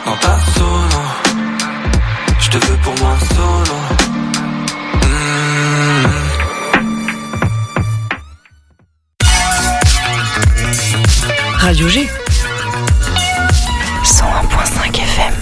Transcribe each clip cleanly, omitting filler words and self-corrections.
dans ta zone. Je te veux pour moi solo. Radio G 101.5 FM.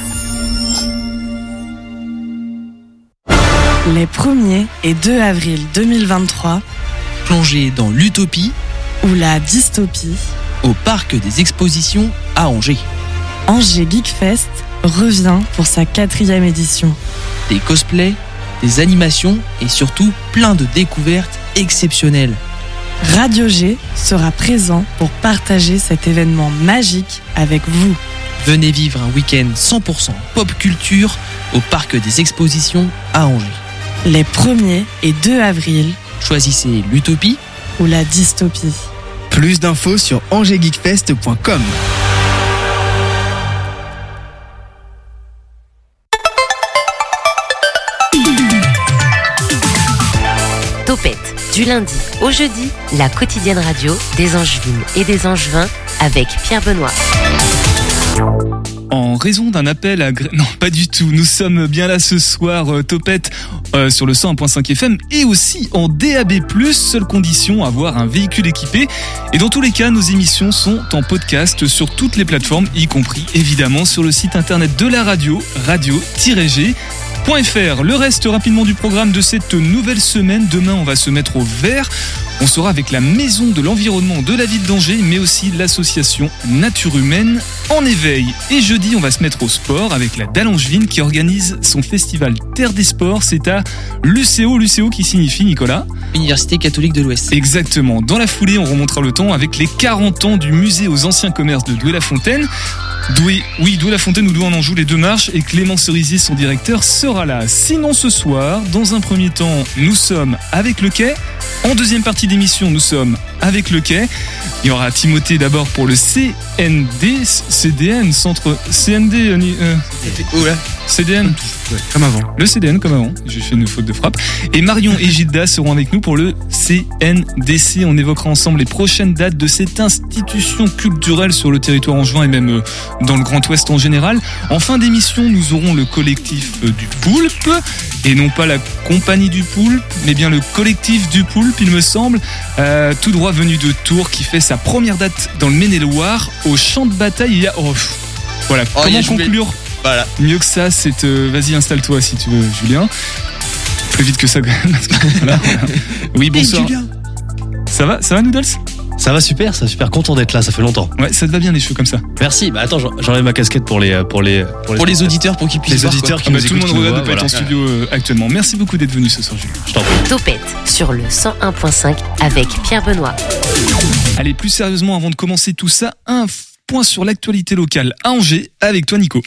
Les 1er et 2 avril 2023, plongez dans l'utopie ou la dystopie au parc des expositions à Angers. Angers Geekfest revient pour sa 4e édition. Des cosplays, des animations et surtout plein de découvertes exceptionnelles. Radio G sera présent pour partager cet événement magique avec vous. Venez vivre un week-end 100% pop culture au parc des expositions à Angers. Les 1er et 2 avril, choisissez l'utopie ou la dystopie. Plus d'infos sur angersgeekfest.com. Topette, du lundi au jeudi, la quotidienne radio des Angevines et des Angevins avec Pierre Benoît. En raison d'un appel à... Non, pas du tout. Nous sommes bien là ce soir, Topette, sur le 101.5 FM et aussi en DAB+, seule condition, avoir un véhicule équipé. Et dans tous les cas, nos émissions sont en podcast sur toutes les plateformes, y compris évidemment sur le site internet de la radio, radio-g.fr. Le reste rapidement du programme de cette nouvelle semaine. Demain, on va se mettre au vert. On sera avec la Maison de l'Environnement de la ville d'Angers, mais aussi l'association Nature Humaine en éveil. Et jeudi, on va se mettre au sport avec la Dalle Angevine qui organise son festival Terre des Sports. C'est à l'UCO qui signifie, Nicolas ? Université catholique de l'Ouest. Exactement. Dans la foulée, on remontera le temps avec les 40 ans du musée aux anciens commerces de Douai-la-Fontaine. Douai-la-Fontaine ou Douai en Anjou, les deux marches, et Clément Cerisier, son directeur, sera là. Sinon, ce soir, dans un premier temps, nous sommes avec le Quai. En deuxième partie d'émission, nous sommes avec le Quai. Il y aura Timothée d'abord pour le CDN, centre CND. CDN. Ouais, comme avant. Le CDN comme avant. J'ai fait une faute de frappe. Et Marion et Gilda seront avec nous pour le CNDC. On évoquera ensemble les prochaines dates de cette institution culturelle sur le territoire angevin et même dans le Grand Ouest en général. En fin d'émission, nous aurons le collectif du Poulpe. Et non pas la compagnie du Poulpe, mais bien le collectif du Poulpe, il me semble. Tout droit venu de Tours, qui fait sa première date dans le Maine-et-Loire. Au champ de bataille, il y a... Voilà, comment conclure ? Voilà. Mieux que ça, c'est... Vas-y, installe-toi si tu veux, Julien. Plus vite que ça, quand même. Voilà. Oui, bonsoir. Julien. Ça va, Noodles ? Ça va super, content d'être là, ça fait longtemps. Ouais, ça te va bien les cheveux comme ça. Merci. Bah attends, j'enlève ma casquette pour les auditeurs, pour qu'ils puissent les voir. Auditeurs qui tout le nous monde regrette de pas voilà. être en studio actuellement. Merci beaucoup d'être venu ce soir, Julien. Je t'en prie. Topette sur le 101.5 avec Pierre Benoît. Allez, plus sérieusement, avant de commencer tout ça, un point sur l'actualité locale à Angers avec toi, Nico.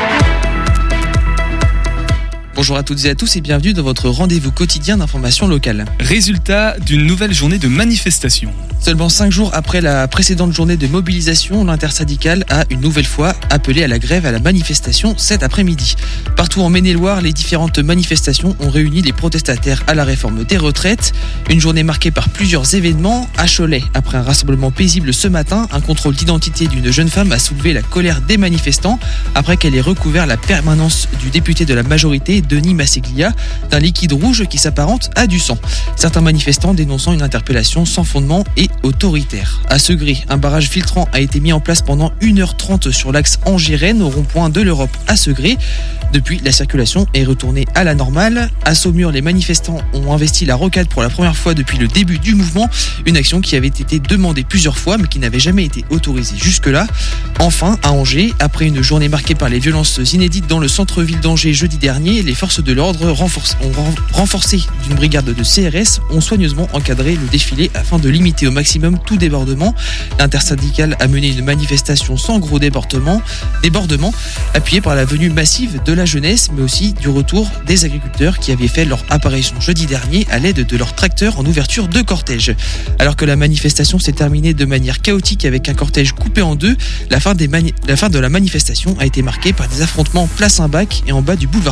Bonjour à toutes et à tous et bienvenue dans votre rendez-vous quotidien d'information locale. Résultat d'une nouvelle journée de manifestation. Seulement 5 jours après la précédente journée de mobilisation, l'intersyndicale a une nouvelle fois appelé à la grève à la manifestation cet après-midi. Partout en Maine-et-Loire, les différentes manifestations ont réuni les protestataires à la réforme des retraites. Une journée marquée par plusieurs événements. À Cholet, après un rassemblement paisible ce matin, un contrôle d'identité d'une jeune femme a soulevé la colère des manifestants après qu'elle ait recouvert la permanence du député de la majorité, Denis Masseglia, d'un liquide rouge qui s'apparente à du sang. Certains manifestants dénonçant une interpellation sans fondement et autoritaire. À Segré, un barrage filtrant a été mis en place pendant 1h30 sur l'axe Angers-Rennes au rond-point de l'Europe à Segré. Depuis, la circulation est retournée à la normale. À Saumur, les manifestants ont investi la rocade pour la première fois depuis le début du mouvement, une action qui avait été demandée plusieurs fois mais qui n'avait jamais été autorisée jusque-là. Enfin, à Angers, après une journée marquée par les violences inédites dans le centre-ville d'Angers jeudi dernier, les forces de l'ordre renforcées d'une brigade de CRS ont soigneusement encadré le défilé afin de limiter au maximum tout débordement. L'intersyndicale a mené une manifestation sans gros débordement, appuyée par la venue massive de la jeunesse, mais aussi du retour des agriculteurs qui avaient fait leur apparition jeudi dernier à l'aide de leurs tracteurs en ouverture de cortège. Alors que la manifestation s'est terminée de manière chaotique avec un cortège coupé en deux, la fin de la manifestation a été marquée par des affrontements place Saint-Bac et en bas du boulevard Foch au niveau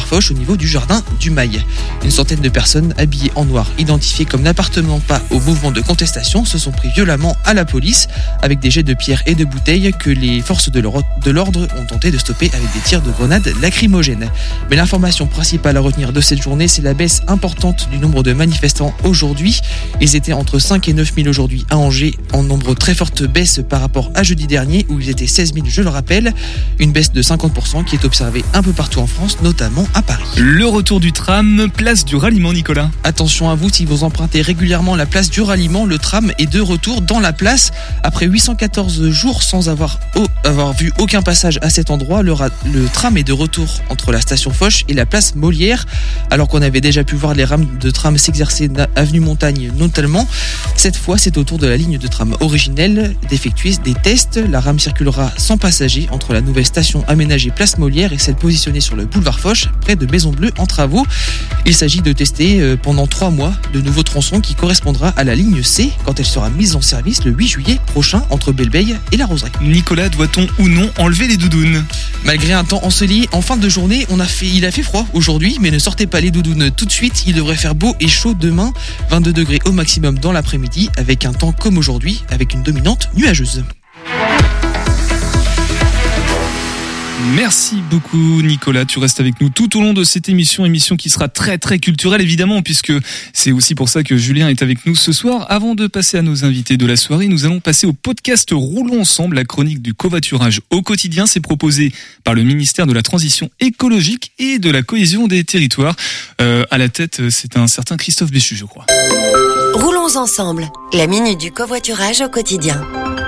niveau du jardin du Mail. Une centaine de personnes habillées en noir, identifiées comme n'appartenant pas au mouvement de contestation, se sont pris violemment à la police avec des jets de pierres et de bouteilles que les forces de l'ordre ont tenté de stopper avec des tirs de grenades lacrymogènes. Mais l'information principale à retenir de cette journée, c'est la baisse importante du nombre de manifestants aujourd'hui. Ils étaient entre 5 et 9 000 aujourd'hui à Angers, en nombre très forte baisse par rapport à jeudi dernier où ils étaient 16 000, je le rappelle. Une baisse de 50% qui est observée un peu partout en France, notamment à Paris. Le retour du tram, place du ralliement, Nicolas. Attention à vous, si vous empruntez régulièrement la place du ralliement, le tram est de retour dans la place. Après 814 jours sans avoir vu aucun passage à cet endroit, le tram est de retour entre la station Foch et la place Molière. Alors qu'on avait déjà pu voir les rames de tram s'exercer avenue Montagne notamment, cette fois c'est au tour de la ligne de tram originelle d'effectuer des tests. La rame circulera sans passagers entre la nouvelle station aménagée place Molière et celle positionnée sur le boulevard Foch, près de Maison Bleue en travaux. Il s'agit de tester pendant 3 mois de nouveaux tronçons qui correspondra à la ligne C quand elle sera mise en service le 8 juillet prochain entre Belleveille et la Roseraie. Nicolas, doit-on ou non enlever les doudounes ? Malgré un temps ensoleillé en fin de journée, il a fait froid aujourd'hui, mais ne sortez pas les doudounes tout de suite. Il devrait faire beau et chaud demain, 22 degrés au maximum dans l'après-midi, avec un temps comme aujourd'hui, avec une dominante nuageuse. Merci beaucoup Nicolas, tu restes avec nous tout au long de cette émission qui sera très très culturelle évidemment, puisque c'est aussi pour ça que Julien est avec nous ce soir. Avant de passer à nos invités de la soirée, nous allons passer au podcast Roulons ensemble, la chronique du covoiturage au quotidien. C'est proposé par le ministère de la Transition écologique et de la cohésion des territoires. À la tête, c'est un certain Christophe Béchu, je crois. Roulons ensemble, la minute du covoiturage au quotidien.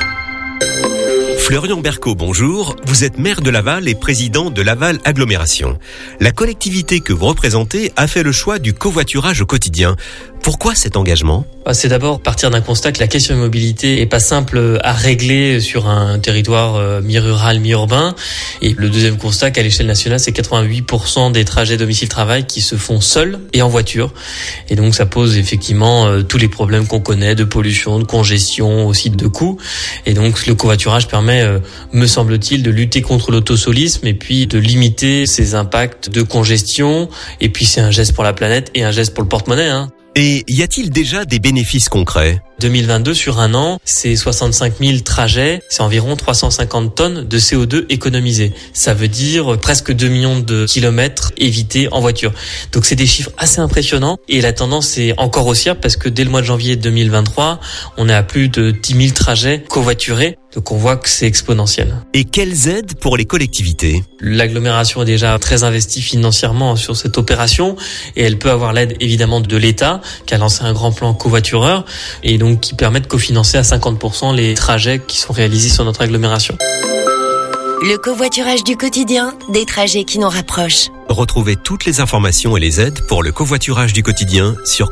Florian Berco, bonjour. Vous êtes maire de Laval et président de Laval Agglomération. La collectivité que vous représentez a fait le choix du covoiturage au quotidien. Pourquoi cet engagement ? C'est d'abord partir d'un constat que la question de mobilité est pas simple à régler sur un territoire mi-rural, mi-urbain. Et le deuxième constat qu'à l'échelle nationale, c'est 88% des trajets domicile-travail qui se font seuls et en voiture. Et donc ça pose effectivement tous les problèmes qu'on connaît de pollution, de congestion, aussi de coûts. Et donc le covoiturage permet, me semble-t-il, de lutter contre l'autosolisme et puis de limiter ces impacts de congestion. Et puis c'est un geste pour la planète et un geste pour le porte-monnaie, hein. Et y a-t-il déjà des bénéfices concrets ? 2022, sur un an, c'est 65 000 trajets, c'est environ 350 tonnes de CO2 économisées. Ça veut dire presque 2 millions de kilomètres évités en voiture. Donc c'est des chiffres assez impressionnants et la tendance est encore haussière parce que dès le mois de janvier 2023, on est à plus de 10 000 trajets covoiturés. Donc on voit que c'est exponentiel. Et quelles aides pour les collectivités ? L'agglomération est déjà très investie financièrement sur cette opération et elle peut avoir l'aide évidemment de l'État qui a lancé un grand plan covoitureur et donc qui permet de cofinancer à 50% les trajets qui sont réalisés sur notre agglomération. Le covoiturage du quotidien, des trajets qui nous rapprochent. Retrouvez toutes les informations et les aides pour le covoiturage du quotidien sur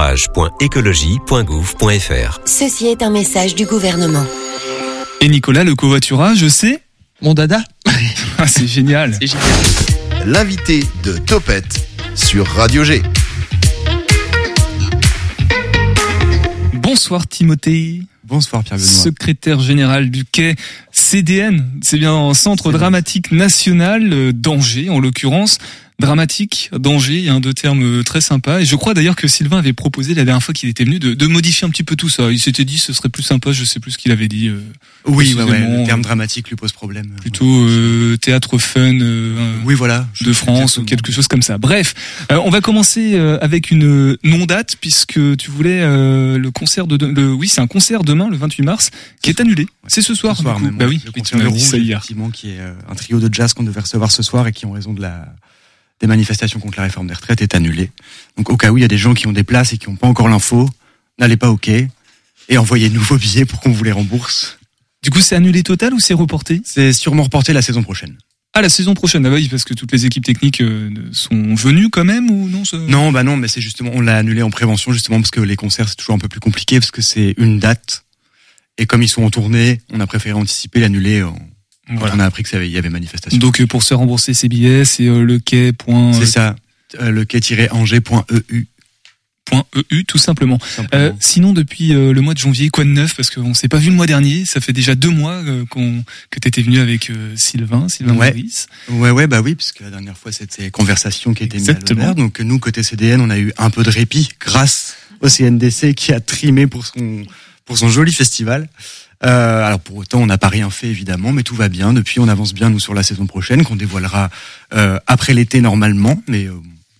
covoiturage.ecologie.gouv.fr. Ceci est un message du gouvernement. Et Nicolas, le covoiturage, c'est mon dada. C'est génial. C'est génial. L'invité de Topette sur Radio G. Bonsoir Timothée. Bonsoir Pierre-Benoît. Secrétaire général du quai CDN. C'est bien Centre Dramatique National d'Angers en l'occurrence. Dramatique, danger, il y a 2 termes très sympas. Et je crois d'ailleurs que Sylvain avait proposé la dernière fois qu'il était venu de modifier un petit peu tout ça. Il s'était dit ce serait plus sympa, je sais plus ce qu'il avait dit. Oui, le terme dramatique lui pose problème. Plutôt théâtre fun oui, voilà, de France ou quelque chose comme ça. Bref, on va commencer avec une non-date puisque tu voulais le concert oui, c'est un concert demain le 28 mars qui est annulé. C'est ce soir. Même, bah oui, le concert de Rouge, effectivement, qui est un trio de jazz qu'on devait recevoir ce soir et qui en raison des manifestations contre la réforme des retraites est annulée. Donc au cas où il y a des gens qui ont des places et qui n'ont pas encore l'info, n'allez pas au quai et envoyez-nous vos billets pour qu'on vous les rembourse. Du coup, c'est annulé total ou c'est reporté ? C'est sûrement reporté la saison prochaine. Ah, la saison prochaine, ah oui, parce que toutes les équipes techniques sont venues quand même ou non ? Non, mais c'est justement, on l'a annulé en prévention justement parce que les concerts c'est toujours un peu plus compliqué parce que c'est une date et comme ils sont en tournée, on a préféré anticiper, l'annuler. Voilà. On a appris qu'il y avait manifestation. Donc pour se rembourser ses billets, c'est le quai. C'est ça, le quai-angers.eu. .eu tout simplement. Sinon depuis le mois de janvier, quoi de neuf, parce qu'on s'est pas vu le mois dernier, ça fait déjà 2 mois que t'étais venu avec Sylvain Maurice. Bah oui, puisque la dernière fois c'était Conversation qui était mise à l'honneur, donc nous côté CDN on a eu un peu de répit grâce au CNDC qui a trimé pour son joli festival. Alors pour autant on n'a pas rien fait évidemment, mais tout va bien, depuis on avance bien nous sur la saison prochaine qu'on dévoilera après l'été normalement, mais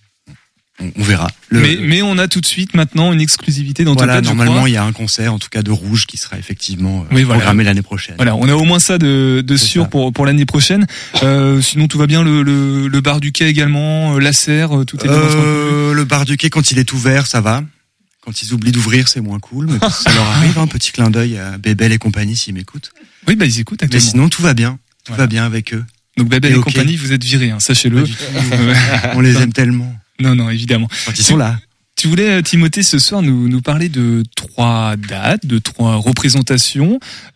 on verra. Mais on a tout de suite maintenant une exclusivité dans Topette, normalement il y a un concert en tout cas de Rouge qui sera effectivement programmé l'année prochaine. Voilà, on a au moins ça de sûr pour l'année prochaine. Sinon tout va bien, le bar du quai également, la serre, tout est bien. Le bar du quai quand il est ouvert ça va. Quand ils oublient d'ouvrir c'est moins cool, mais ça leur arrive, un petit clin d'œil à Bébel et compagnie s'ils m'écoutent. Oui, ils écoutent actuellement. Mais sinon tout va bien, va bien avec eux. Donc Bébel et compagnie, vous êtes virés, sachez-le. On les aime tellement. Non, évidemment. Quand ils sont là. Tu voulais, Timothée, ce soir nous parler de 3 dates, de 3 représentations,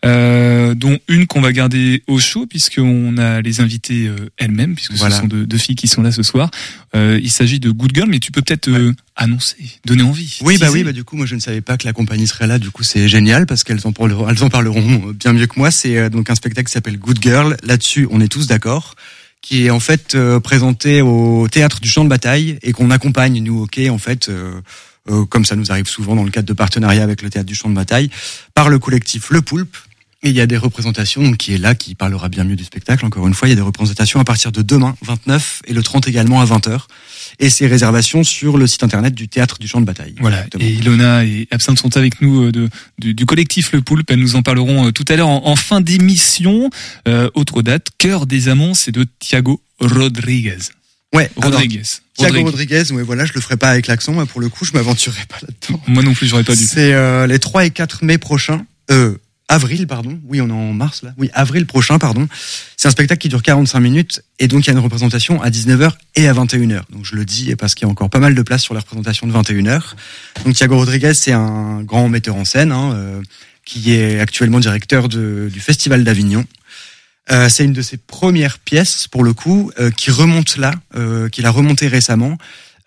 dont une qu'on va garder au chaud puisqu'on a les invités elles-mêmes, puisque ce sont deux filles qui sont là ce soir. Il s'agit de Good Girl, mais tu peux peut-être annoncer, donner envie. Oui, du coup, moi je ne savais pas que la compagnie serait là, du coup c'est génial parce qu'elles en parleront bien mieux que moi. C'est donc un spectacle qui s'appelle Good Girl. Là-dessus, on est tous d'accord, qui est en fait présenté au Théâtre du Champ de Bataille et qu'on accompagne nous au quai en fait, comme ça nous arrive souvent dans le cadre de partenariat avec le Théâtre du Champ de Bataille, par le collectif Le Poulpe. Et il y a des représentations, donc qui est là, qui parlera bien mieux du spectacle. Encore une fois, il y a des représentations à partir de demain, 29, et le 30 également à 20h. Et ces réservations sur le site internet du Théâtre du Champ de Bataille. Voilà. Exactement. Et Ilona et Absinthe sont avec nous du collectif Le Poulpe. Elles nous en parleront tout à l'heure en fin d'émission. Autre date, Cœur des Amants, c'est de Thiago Rodriguez. Ouais, Thiago Rodriguez, ouais, voilà, je le ferai pas avec l'accent, moi, pour le coup, je m'aventurerai pas là-dedans. Moi non plus, j'aurais pas dû. C'est les 3 et 4 mai prochains. Avril, pardon. Oui, on est en mars, là. Oui, avril prochain, pardon. C'est un spectacle qui dure 45 minutes et donc il y a une représentation à 19h et à 21h. Donc je le dis parce qu'il y a encore pas mal de place sur la représentation de 21h. Donc Thiago Rodriguez, c'est un grand metteur en scène, qui est actuellement directeur du Festival d'Avignon. C'est une de ses premières pièces, pour le coup, qui remonte là, qu'il a remonté récemment.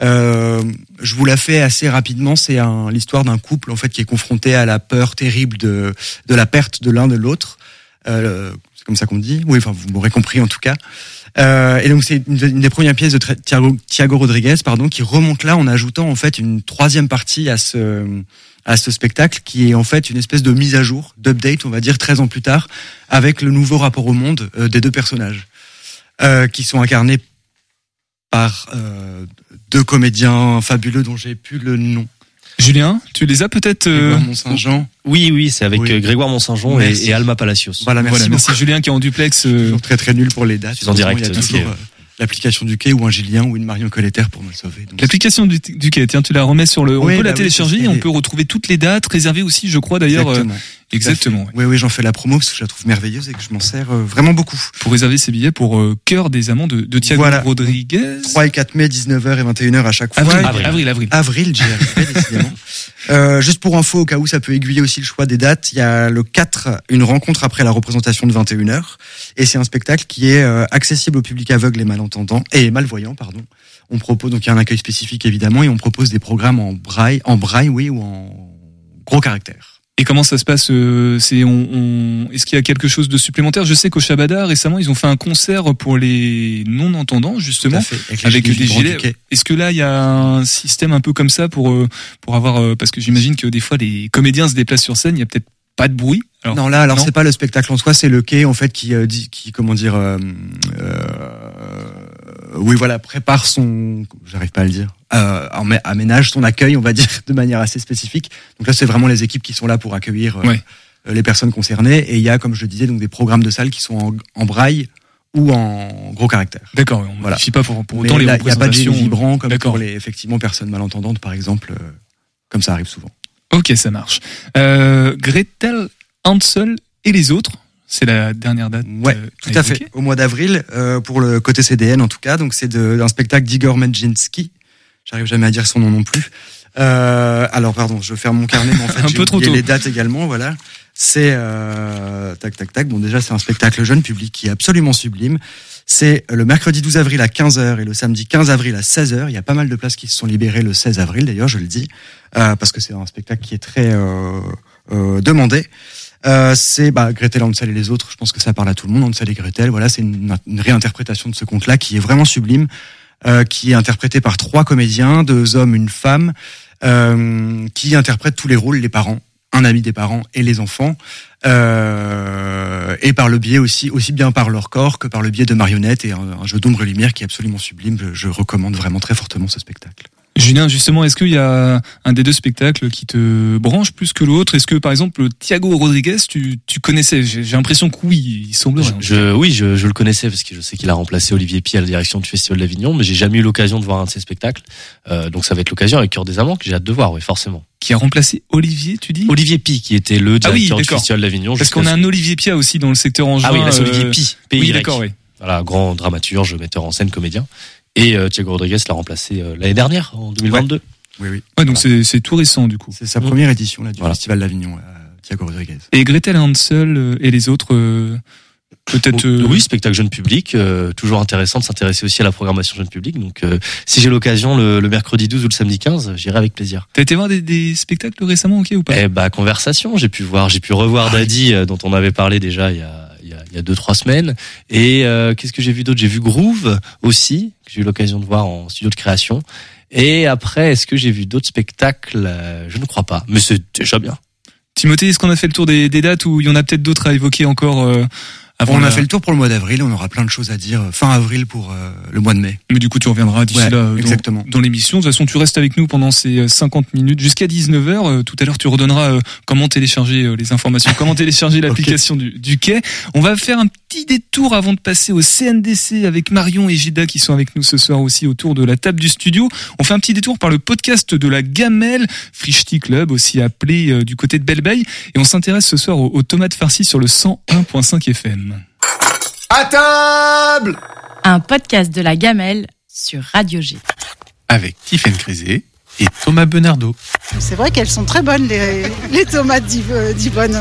Je vous la fais assez rapidement. C'est l'histoire d'un couple en fait qui est confronté à la peur terrible de la perte de l'un de l'autre. C'est comme ça qu'on dit. Oui, enfin vous m'aurez compris en tout cas. Et donc c'est une des premières pièces de Thiago Rodriguez, qui remonte là en ajoutant en fait une 3e partie à ce spectacle qui est en fait une espèce de mise à jour, d'update, on va dire 13 ans plus tard, avec le nouveau rapport au monde des 2 personnages qui sont incarnés par 2 comédiens fabuleux dont j'ai plus le nom. Julien, tu les as peut-être Grégoire Mont-Saint-Jean. Oui, c'est avec Grégoire Mont-Saint-Jean et Alma Palacios. Voilà, merci Julien qui est en duplex. Toujours très très nul pour les dates. Je suis en direct. Il y a toujours l'application du quai ou un Julien ou une Marion Colletter pour me sauver. Donc l'application du quai, tiens, tu la remets sur on peut la télécharger et on peut retrouver toutes les dates, réservées aussi, je crois d'ailleurs. Exactement. Oui, j'en fais la promo parce que je la trouve merveilleuse et que je m'en sers vraiment beaucoup. Pour réserver ses billets pour Cœur des Amants de Thiago Rodriguez. 3 et 4 mai, 19h et 21h à chaque fois. Avril, j'y arriverai décidément. Juste pour info, au cas où ça peut aiguiller aussi le choix des dates, il y a le 4, une rencontre après la représentation de 21h. Et c'est un spectacle qui est accessible au public aveugle et malvoyant, pardon. On propose, donc il y a un accueil spécifique évidemment, et on propose des programmes en braille, ou en gros caractères. Et comment ça se passe est-ce qu'il y a quelque chose de supplémentaire? Je sais qu'au Shabada, récemment, ils ont fait un concert pour les non-entendants, justement, avec des gilets. Est-ce que là, il y a un système un peu comme ça pour avoir, parce que j'imagine que des fois, les comédiens se déplacent sur scène, il y a peut-être pas de bruit. Alors, c'est pas le spectacle en soi, c'est le quai, en fait, qui prépare j'arrive pas à le dire, aménage son accueil, on va dire, de manière assez spécifique. Donc là, c'est vraiment les équipes qui sont là pour accueillir les personnes concernées. Et il y a, comme je le disais, donc des programmes de salle qui sont en braille ou en gros caractères. D'accord, on ne modifie pas pour autant les représentations. Il n'y a pas de gilet vibrant comme pour les effectivement personnes malentendantes, par exemple, comme ça arrive souvent. Ok, ça marche. Gretel, Hansel et les autres. C'est la dernière date. Ouais, tout à fait. Au mois d'avril, pour le côté CDN en tout cas. Donc c'est d'un spectacle d'Igor Medzinski. J'arrive jamais à dire son nom non plus. Alors pardon, je ferme mon carnet, mais en fait j'ai oublié les dates également. Voilà. C'est Bon, déjà, c'est un spectacle jeune public qui est absolument sublime. C'est le mercredi 12 avril à 15h et le samedi 15 avril à 16h. Il y a pas mal de places qui se sont libérées le 16 avril, d'ailleurs, je le dis, parce que c'est un spectacle qui est très demandé. C'est Gretel, Hansel et les autres. Je pense que ça parle à tout le monde. Hansel et Gretel. Voilà, c'est une réinterprétation de ce conte-là qui est vraiment sublime, qui est interprété par 3 comédiens, 2 hommes, une femme, qui interprètent tous les rôles, les parents, un ami des parents et les enfants, et par le biais aussi bien par leur corps que par le biais de marionnettes et un jeu d'ombre et lumière qui est absolument sublime. Je recommande vraiment très fortement ce spectacle. Julien, justement, est-ce qu'il y a un des 2 spectacles qui te branche plus que l'autre? Est-ce que, par exemple, Thiago Rodriguez, tu connaissais? J'ai l'impression que oui, il semblerait. Oui, je le connaissais parce que je sais qu'il a remplacé Olivier Py à la direction du Festival d'Avignon, mais j'ai jamais eu l'occasion de voir un de ses spectacles. Donc ça va être l'occasion avec Cœur des Amants que j'ai hâte de voir, oui, forcément. Qui a remplacé Olivier, tu dis? Olivier Py, qui était le directeur du Festival d'Avignon. Parce qu'on a un Olivier Py aussi dans le secteur angevin. Ah oui, là c'est Olivier Py. Oui, d'accord, oui. Voilà, grand dramaturge, metteur en scène, comédien. Et Thiago Rodriguez l'a remplacé l'année dernière, en 2022. Ouais. Oui. Ouais, donc c'est tout récent, du coup. C'est sa première édition, là, du Festival d'Avignon, Thiago Rodriguez. Et Gretel et Hansel et les autres, peut-être... Oui, spectacle jeune public, toujours intéressant de s'intéresser aussi à la programmation jeune public. Donc, si j'ai l'occasion le mercredi 12 ou le samedi 15, j'irai avec plaisir. T'as été voir des spectacles récemment, ok, ou pas? Conversation, j'ai pu revoir Daddy, dont on avait parlé déjà il y a 2-3 semaines. Et qu'est-ce que j'ai vu d'autre? J'ai vu Groove aussi, que j'ai eu l'occasion de voir en studio de création. Et après, est-ce que j'ai vu d'autres spectacles? Je ne crois pas, mais c'est déjà bien. Timothée, est-ce qu'on a fait le tour des dates ou il y en a peut-être d'autres à évoquer encore On a fait le tour pour le mois d'avril, on aura plein de choses à dire fin avril pour le mois de mai. Mais du coup, tu reviendras d'ici là dans l'émission. De toute façon, tu restes avec nous pendant ces 50 minutes jusqu'à 19h. Tout à l'heure, tu redonneras comment télécharger les informations, comment télécharger l'application du Quai. On va faire un petit détour avant de passer au CNDC avec Marion et Gilda qui sont avec nous ce soir aussi autour de la table du studio. On fait un petit détour par le podcast de la Gamelle, Frichti Club aussi appelé du côté de Belle-Beille. Et on s'intéresse ce soir aux tomates farcies sur le 101.5 FM. À table! Un podcast de la Gamelle sur Radio G. Avec Tiffaine Crisé et Thomas Benardo. C'est vrai qu'elles sont très bonnes, les tomates d'Yvonne.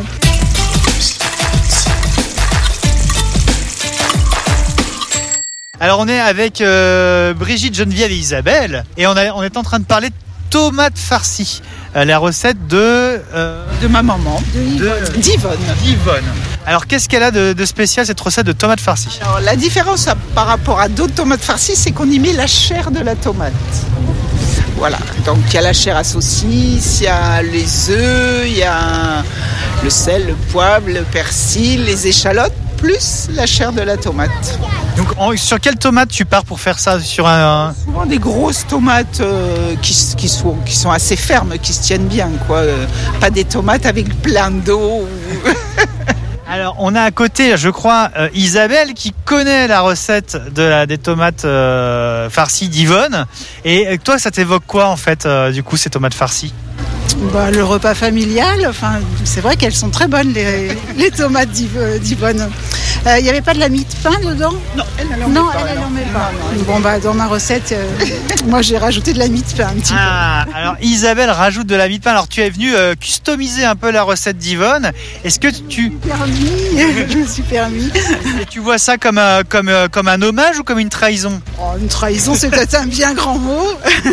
Alors on est avec Brigitte, Geneviève et Isabelle et on est en train de parler de tomates farcies. La recette de ma maman, d'Yvonne. Alors qu'est-ce qu'elle a de spécial cette recette de tomates farcies? Alors la différence par rapport à d'autres tomates farcies, c'est qu'on y met la chair de la tomate. Voilà, donc il y a la chair à saucisse, il y a les œufs, il y a le sel, le poivre, le persil, les échalotes, plus la chair de la tomate. Donc sur quelle tomate tu pars pour faire ça? Souvent des grosses tomates qui sont assez fermes, qui se tiennent bien, quoi. Pas des tomates avec plein d'eau. Alors on a à côté, je crois, Isabelle qui connaît la recette des tomates farcies d'Yvonne. Et toi, ça t'évoque quoi en fait, du coup, ces tomates farcies? Le repas familial, c'est vrai qu'elles sont très bonnes, les tomates d'Yvonne. Il n'y avait pas de la mie de pain dedans? Non, elle n'en met pas. Bon, dans ma recette, moi j'ai rajouté de la mie de pain un petit peu. Alors Isabelle rajoute de la mie de pain. Alors tu es venue customiser un peu la recette d'Yvonne. Est-ce que je me suis permis. Et tu vois ça comme un hommage ou comme une trahison? Une trahison, c'est peut-être un bien grand mot.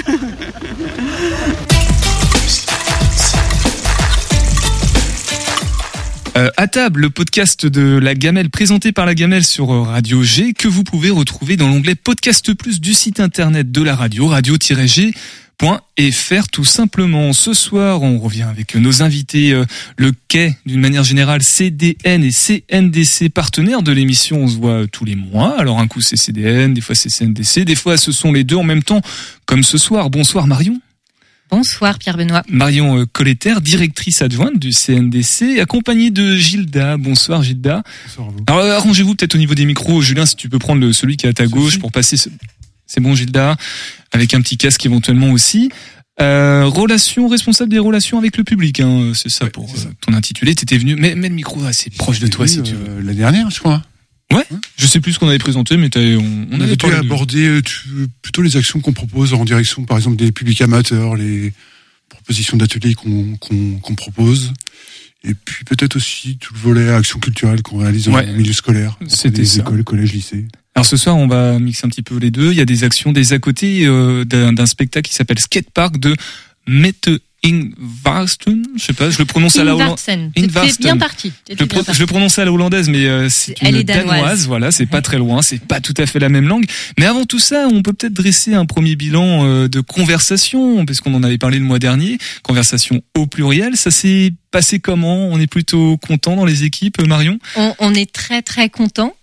À table, le podcast de la Gamelle présenté par la Gamelle sur Radio G que vous pouvez retrouver dans l'onglet Podcast Plus du site internet de la radio, radio-g.fr tout simplement. Ce soir, on revient avec nos invités, le Quai d'une manière générale, CDN et CNDC, partenaires de l'émission. On se voit tous les mois. Alors un coup c'est CDN, des fois c'est CNDC, des fois ce sont les deux en même temps, comme ce soir. Bonsoir Marion. Bonsoir Pierre-Benoît. Marion Colletter, directrice adjointe du CNDC, accompagnée de Gilda. Bonsoir Gilda. Bonsoir à vous. Alors arrangez-vous peut-être au niveau des micros. Julien, si tu peux prendre celui qui est à ta gauche pour passer. C'est bon Gilda, avec un petit casque éventuellement aussi. Responsable des relations avec le public, hein. C'est ça pour ton intitulé. T'étais venu, mets le micro assez proche de toi si tu veux. L'année dernière, je crois. Ouais. Je sais plus ce qu'on avait présenté, mais on avait abordé plutôt les actions qu'on propose en direction, par exemple, des publics amateurs, les propositions d'ateliers qu'on propose. Et puis peut-être aussi tout le volet action culturelle qu'on réalise en milieu scolaire. C'était des écoles, collèges, lycées. Alors ce soir, on va mixer un petit peu les deux. Il y a des actions, des à côté d'un spectacle qui s'appelle Skatepark de Mette Ingvarsten. Je sais pas, je le prononce à la hollandaise. T'es bien parti. Je le prononce à la hollandaise, mais c'est une danoise. Voilà, c'est pas très loin, c'est pas tout à fait la même langue. Mais avant tout ça, on peut peut-être dresser un premier bilan de conversation, parce qu'on en avait parlé le mois dernier. Conversation au pluriel, ça s'est passé comment? On est plutôt content dans les équipes, Marion? On est très très content.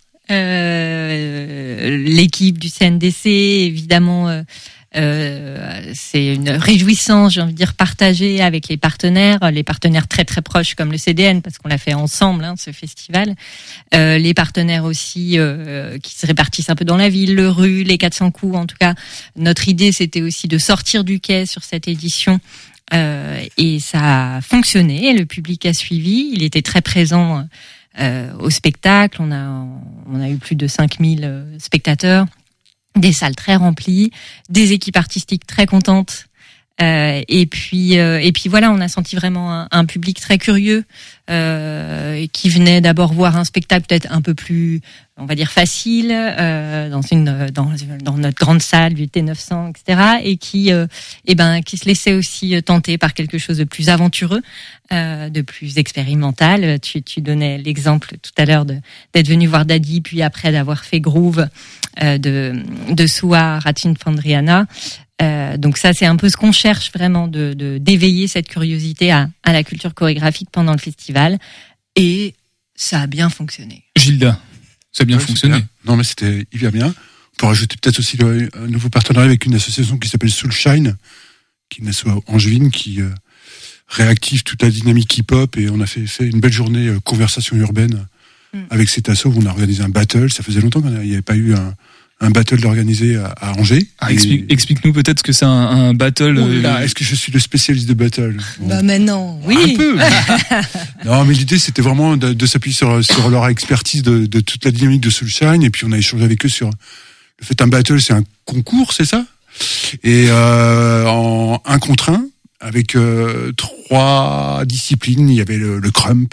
L'équipe du CNDC, évidemment, c'est une réjouissance, j'ai envie de dire, partagée avec les partenaires très très proches comme le CDN, parce qu'on l'a fait ensemble, ce festival. Les partenaires aussi qui se répartissent un peu dans la ville, le RU, les 400 coups. En tout cas, notre idée, c'était aussi de sortir du quai sur cette édition. Et ça a fonctionné, le public a suivi, il était très présent au spectacle, on a eu plus de 5000 spectateurs, des salles très remplies, des équipes artistiques très contentes, et puis voilà, on a senti vraiment un public très curieux qui venait d'abord voir un spectacle peut-être un peu plus, on va dire, facile dans notre grande salle du T900, etc. et qui se laissait aussi tenter par quelque chose de plus aventureux, de plus expérimental. Tu donnais l'exemple tout à l'heure d'être venu voir Daddy, puis après d'avoir fait Groove de Suha Ratchinfandriana. Donc ça, c'est un peu ce qu'on cherche vraiment, d'éveiller cette curiosité à la culture chorégraphique pendant le festival, et ça a bien fonctionné. Gilda, ça a bien fonctionné. Bien. Non, mais c'était hyper bien. On peut rajouter peut-être aussi un nouveau partenariat avec une association qui s'appelle Soulshine, qui est une association angevine qui réactive toute la dynamique hip-hop, et on a fait une belle journée conversation urbaine avec cet asso où on a organisé un battle. Ça faisait longtemps qu'il n'y avait pas eu un battle organisé à Angers. Explique-nous peut-être ce que c'est un battle. Est-ce que je suis le spécialiste de battle? Bah maintenant, oui. Un peu. Non, mais l'idée c'était vraiment de s'appuyer sur leur expertise de toute la dynamique de Soulshine, et puis on a échangé avec eux sur le fait un battle, c'est un concours, c'est ça? Et en 1 contre 1 avec 3 disciplines, il y avait le crump,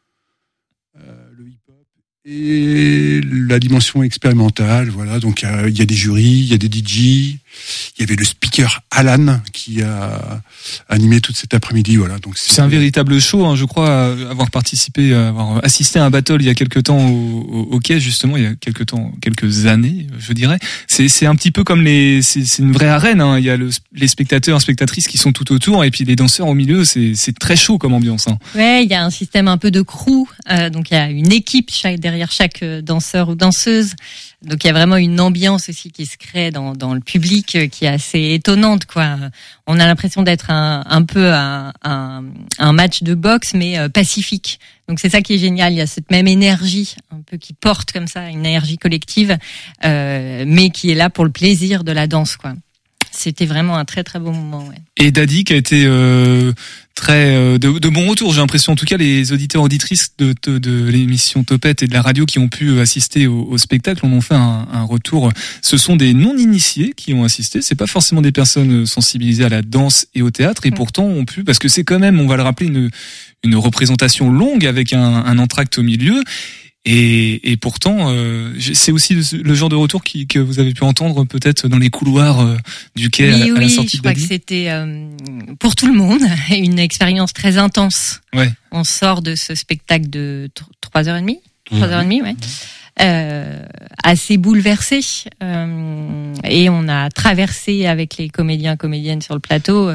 et la dimension expérimentale, voilà. Donc il y a des jurys, il y a des DJ, il y avait le speaker Alan qui a animé toute cet après-midi, voilà. Donc c'est un véritable show, je crois avoir assisté à un battle il y a quelque temps au quai, justement, il y a quelques années, je dirais. C'est un petit peu comme c'est une vraie arène, il y a les spectateurs, spectatrices qui sont tout autour, et puis les danseurs au milieu, c'est très chaud comme ambiance. Ouais, il y a un système un peu de crew, donc il y a une équipe derrière chaque danseur ou danseuse. Donc il y a vraiment une ambiance aussi qui se crée dans le public qui est assez étonnante, quoi. On a l'impression d'être un peu un match de boxe, mais pacifique. Donc c'est ça qui est génial. Il y a cette même énergie un peu qui porte comme ça, une énergie collective, mais qui est là pour le plaisir de la danse, quoi. C'était vraiment un très très beau moment, ouais. Et Daddy qui a été très de bon retour, j'ai l'impression. En tout cas, les auditeurs auditrices de l'émission Topette et de la radio qui ont pu assister au spectacle en ont fait un retour. Ce sont des non-initiés qui ont assisté. C'est pas forcément des personnes sensibilisées à la danse et au théâtre, et pourtant ont pu, parce que c'est quand même, on va le rappeler, une représentation longue avec un entracte au milieu. Et pourtant, c'est aussi le genre de retour que vous avez pu entendre peut-être dans les couloirs du quai à la sortie de Daddy. Je crois que c'était pour tout le monde une expérience très intense. Ouais. On sort de ce spectacle de 3h30, ouais. Assez bouleversé, et on a traversé avec les comédiennes sur le plateau,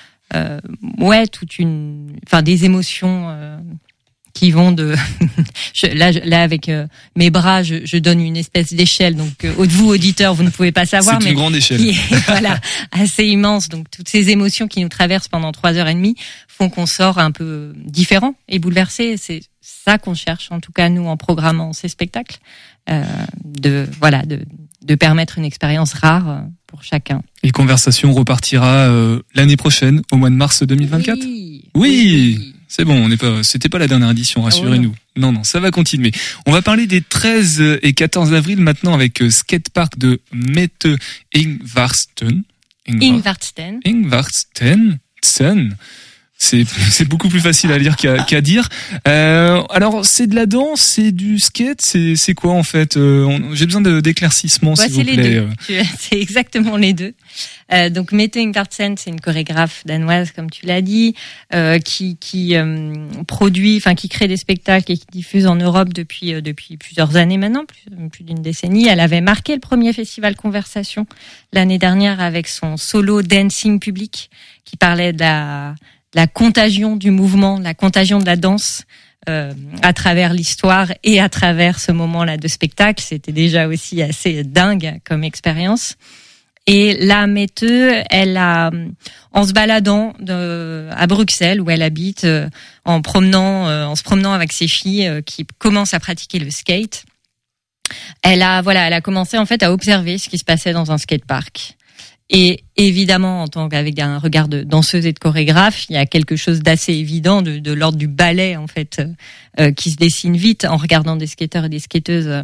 des émotions. Qui vont de là avec mes bras, je donne une espèce d'échelle, donc vous auditeurs vous ne pouvez pas savoir, c'est une grande échelle qui est, voilà, assez immense. Donc toutes ces émotions qui nous traversent pendant 3h30 font qu'on sort un peu différent et bouleversé. C'est ça qu'on cherche, en tout cas nous, en programmant ces spectacles, de permettre une expérience rare pour chacun. Et Conversation repartira l'année prochaine, au mois de mars 2024. Oui. C'est bon, c'était pas la dernière édition, rassurez-nous. Non, ça va continuer. On va parler des 13 et 14 avril maintenant avec Skatepark de Mette Ingvarsten. Bartsen. C'est beaucoup plus facile à lire qu'à dire. Alors, c'est de la danse, c'est du skate, c'est quoi en fait? J'ai besoin d'éclaircissement, s'il vous plaît. C'est les deux. C'est exactement les deux. Donc, Mette Ingvartsen, c'est une chorégraphe danoise, comme tu l'as dit, qui produit, enfin, qui crée des spectacles et qui diffuse en Europe depuis plusieurs années maintenant, plus d'une décennie. Elle avait marqué le premier festival Conversation l'année dernière avec son solo Dancing Public, qui parlait de la contagion du mouvement, la contagion de la danse à travers l'histoire et à travers ce moment-là de spectacle. C'était déjà aussi assez dingue comme expérience. Et là, Mette, elle a, en se baladant à Bruxelles où elle habite, en se promenant avec ses filles qui commencent à pratiquer le skate, elle a commencé en fait à observer ce qui se passait dans un skatepark. Et évidemment, avec un regard de danseuse et de chorégraphe, il y a quelque chose d'assez évident de l'ordre du ballet en fait, qui se dessine vite en regardant des skateurs et des skateuses,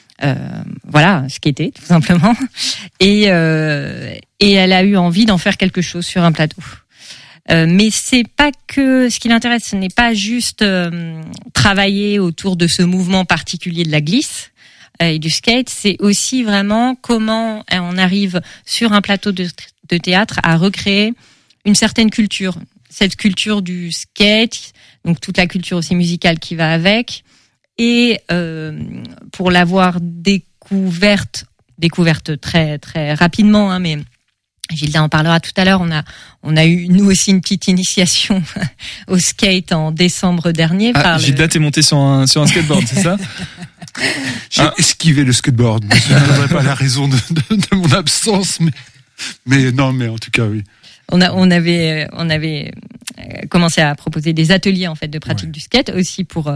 skater tout simplement. Et elle a eu envie d'en faire quelque chose sur un plateau. Mais c'est pas que ce qui l'intéresse, ce n'est pas juste travailler autour de ce mouvement particulier de la glisse et du skate, c'est aussi vraiment comment on arrive sur un plateau de théâtre à recréer une certaine culture, cette culture du skate, donc toute la culture aussi musicale qui va avec, et pour l'avoir découverte très très rapidement, hein, mais Gilda en parlera tout à l'heure. On a eu nous aussi une petite initiation au skate en décembre dernier. Gilda, t'es montée sur un skateboard, c'est ça? J'ai esquivé le skateboard. Je ne donnerai pas la raison de mon absence, mais en tout cas, oui. On avait commencé à proposer des ateliers en fait de pratique du skate aussi pour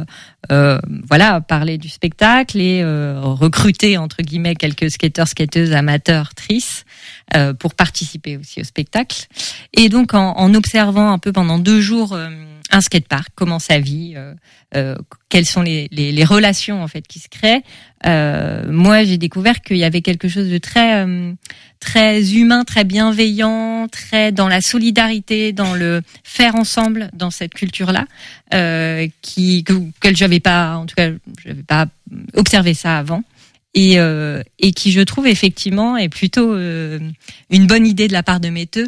parler du spectacle et recruter entre guillemets quelques skateurs, skateuses, amateurs, trices pour participer aussi au spectacle. Et donc en observant un peu pendant 2 jours un skatepark, comment ça vit, quelles sont les relations en fait qui se créent. Moi, j'ai découvert qu'il y avait quelque chose de très très humain, très bienveillant, très dans la solidarité, dans le faire ensemble, dans cette culture-là, que j'avais pas observé ça avant. Et qui, je trouve, effectivement, est plutôt une bonne idée de la part de Mette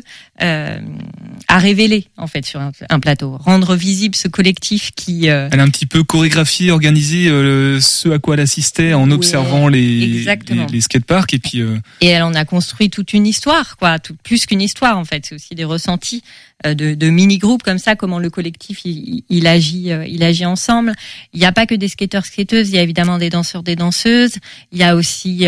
à révéler, en fait, sur un plateau. Rendre visible ce collectif qui... Elle a un petit peu chorégraphié, organisé ce à quoi elle assistait en observant les skateparks. Et puis... Et elle en a construit toute une histoire, quoi. Plus qu'une histoire, en fait. C'est aussi des ressentis de mini-groupes comme ça, comment le collectif il agit ensemble. Il n'y a pas que des skateurs, skateuses, il y a évidemment des danseurs, des danseuses. Il y a aussi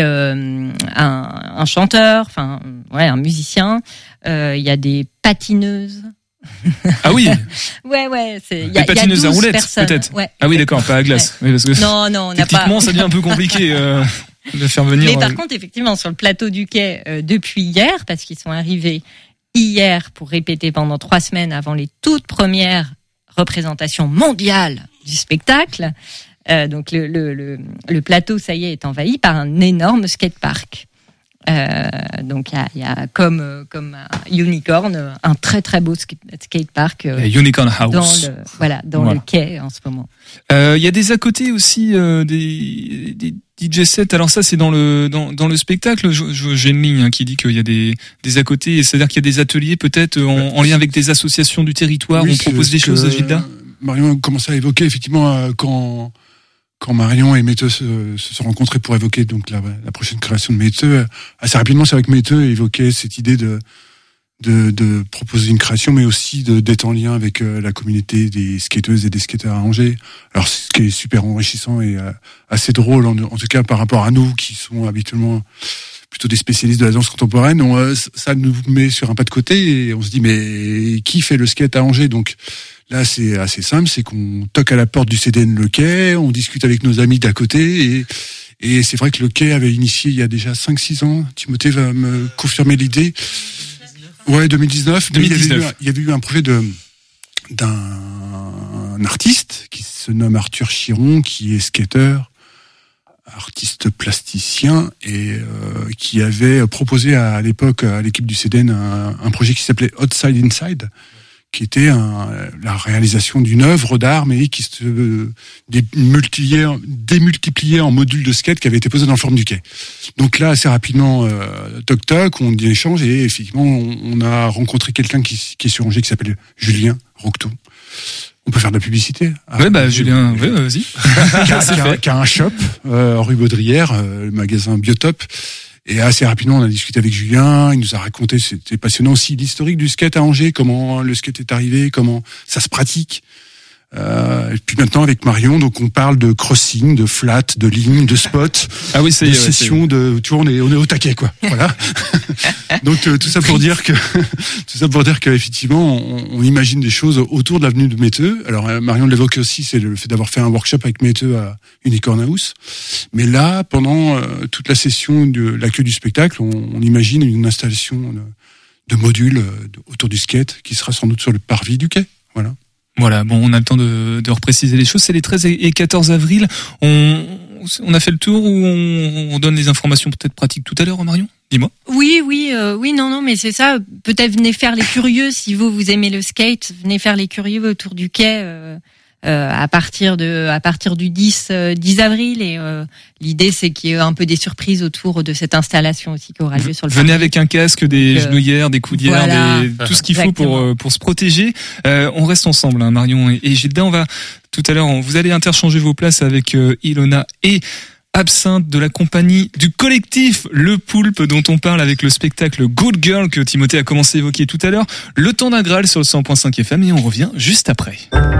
un chanteur, un musicien. Il y a des patineuses. Ah oui. Ouais. Des patineuses à roulettes, peut-être. Ouais, ah oui, d'accord, pas à glace. Ouais. Oui, parce que non, on n'a pas. Techniquement, ça devient un peu compliqué de faire venir. Mais par contre, effectivement, sur le plateau du quai depuis hier, parce qu'ils sont arrivés hier pour répéter pendant 3 semaines avant les toutes premières représentations mondiales du spectacle. Donc le plateau, ça y est envahi par un énorme skatepark. Donc il y a comme un unicorn, un très très beau skatepark. Unicorn House. Dans le quai en ce moment. Il y a des à côté aussi des DJ sets. Alors ça c'est dans le spectacle. J'ai une ligne qui dit qu'il y a des à côté, c'est-à-dire qu'il y a des ateliers peut-être en lien avec des associations du territoire. Oui, on propose des choses à Gilda. Marion commençait à évoquer effectivement quand Marion et Mette se sont rencontrés pour évoquer donc la prochaine création de Mette, assez rapidement c'est vrai que Mette évoquait cette idée de proposer une création, mais aussi d'être en lien avec la communauté des skateuses et des skateurs à Angers. Alors ce qui est super enrichissant et assez drôle en tout cas par rapport à nous qui sont habituellement plutôt des spécialistes de la danse contemporaine, ça nous met sur un pas de côté et on se dit mais qui fait le skate à Angers? Donc là, c'est assez simple, c'est qu'on toque à la porte du CDN Le Quai, on discute avec nos amis d'à côté, et c'est vrai que Le Quai avait initié il y a déjà 5-6 ans, Timothée va me confirmer l'idée. Ouais, 2019. Il y avait eu un projet d'un artiste qui se nomme Arthur Chiron, qui est skateur, artiste plasticien, et qui avait proposé à l'époque à l'équipe du CDN un projet qui s'appelait Outside Inside, qui était la réalisation d'une œuvre d'art, mais qui se démultipliait en modules de skate qui avaient été posés dans la forme du quai. Donc là, assez rapidement, toc, on échange, et effectivement, on a rencontré quelqu'un qui est sur Angers, qui s'appelle Julien Roquetou. On peut faire de la publicité. Julien, vas-y. qui a un shop, rue Baudrière, le magasin Biotop. Et assez rapidement, on a discuté avec Julien, il nous a raconté, c'était passionnant aussi, l'historique du skate à Angers, comment le skate est arrivé, comment ça se pratique. Et puis maintenant, avec Marion, donc on parle de crossing, de flat, de ligne, de spot, de session, tu vois, on est au taquet, quoi. Voilà. Donc tout ça pour dire que effectivement, on imagine des choses autour de l'avenue de Metteux. Alors Marion l'évoque aussi, c'est le fait d'avoir fait un workshop avec Metteux à Unicorn House. Mais là, pendant toute la session de l'accueil du spectacle, on imagine une installation de modules autour du skate qui sera sans doute sur le parvis du quai. Voilà. Voilà, bon, on a le temps de repréciser les choses. C'est les 13 et 14 avril. On a fait le tour, ou on donne les informations peut-être pratiques tout à l'heure, Marion ? Dis-moi. Oui, non, mais c'est ça. Peut-être venez faire les curieux si vous aimez le skate. Venez faire les curieux autour du quai à partir du 10 avril. Et l'idée, c'est qu'il y ait un peu des surprises autour de cette installation aussi qui aura lieu sur le Venez parvis. avec un casque, des genouillères, des coudières, voilà. Tout ce qu'il faut pour se protéger. On reste ensemble, hein, Marion et Gilda. Tout à l'heure, vous allez interchanger vos places avec Ilona et Absinthe de la compagnie du collectif Le Poulpe, dont on parle avec le spectacle Good Girl que Timothée a commencé à évoquer tout à l'heure. Le temps d'un Graal sur le 100.5 FM, et on revient juste après.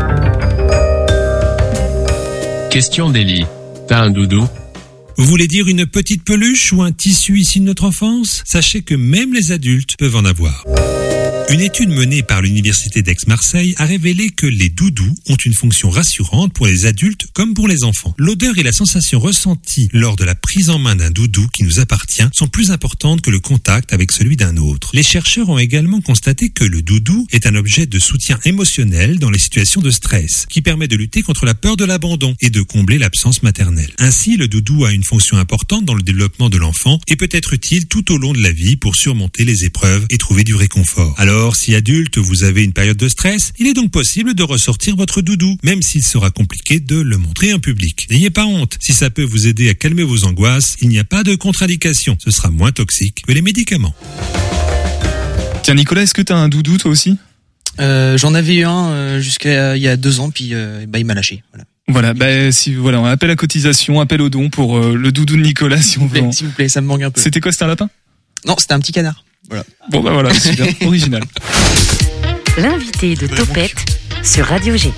Question d'Eli. T'as un doudou ? Vous voulez dire une petite peluche ou un tissu issu de notre enfance ? Sachez que même les adultes peuvent en avoir. Une étude menée par l'Université d'Aix-Marseille a révélé que les doudous ont une fonction rassurante pour les adultes comme pour les enfants. L'odeur et la sensation ressentie lors de la prise en main d'un doudou qui nous appartient sont plus importantes que le contact avec celui d'un autre. Les chercheurs ont également constaté que le doudou est un objet de soutien émotionnel dans les situations de stress, qui permet de lutter contre la peur de l'abandon et de combler l'absence maternelle. Ainsi, le doudou a une fonction importante dans le développement de l'enfant et peut être utile tout au long de la vie pour surmonter les épreuves et trouver du réconfort. Alors, si adulte, vous avez une période de stress, il est donc possible de ressortir votre doudou, même s'il sera compliqué de le montrer en public. N'ayez pas honte, si ça peut vous aider à calmer vos angoisses, il n'y a pas de contre-indication, ce sera moins toxique que les médicaments. Tiens Nicolas, est-ce que t'as un doudou toi aussi ? J'en avais eu un jusqu'à il y a 2 ans, puis il m'a lâché. Voilà. Voilà, on appelle à cotisation, appel au don pour le doudou de Nicolas si on veut. S'il vous plaît, ça me manque un peu. C'était quoi, c'était un lapin ? Non, c'était un petit canard. Voilà. Bon voilà, super, original. L'invité de Topette sur Radio G.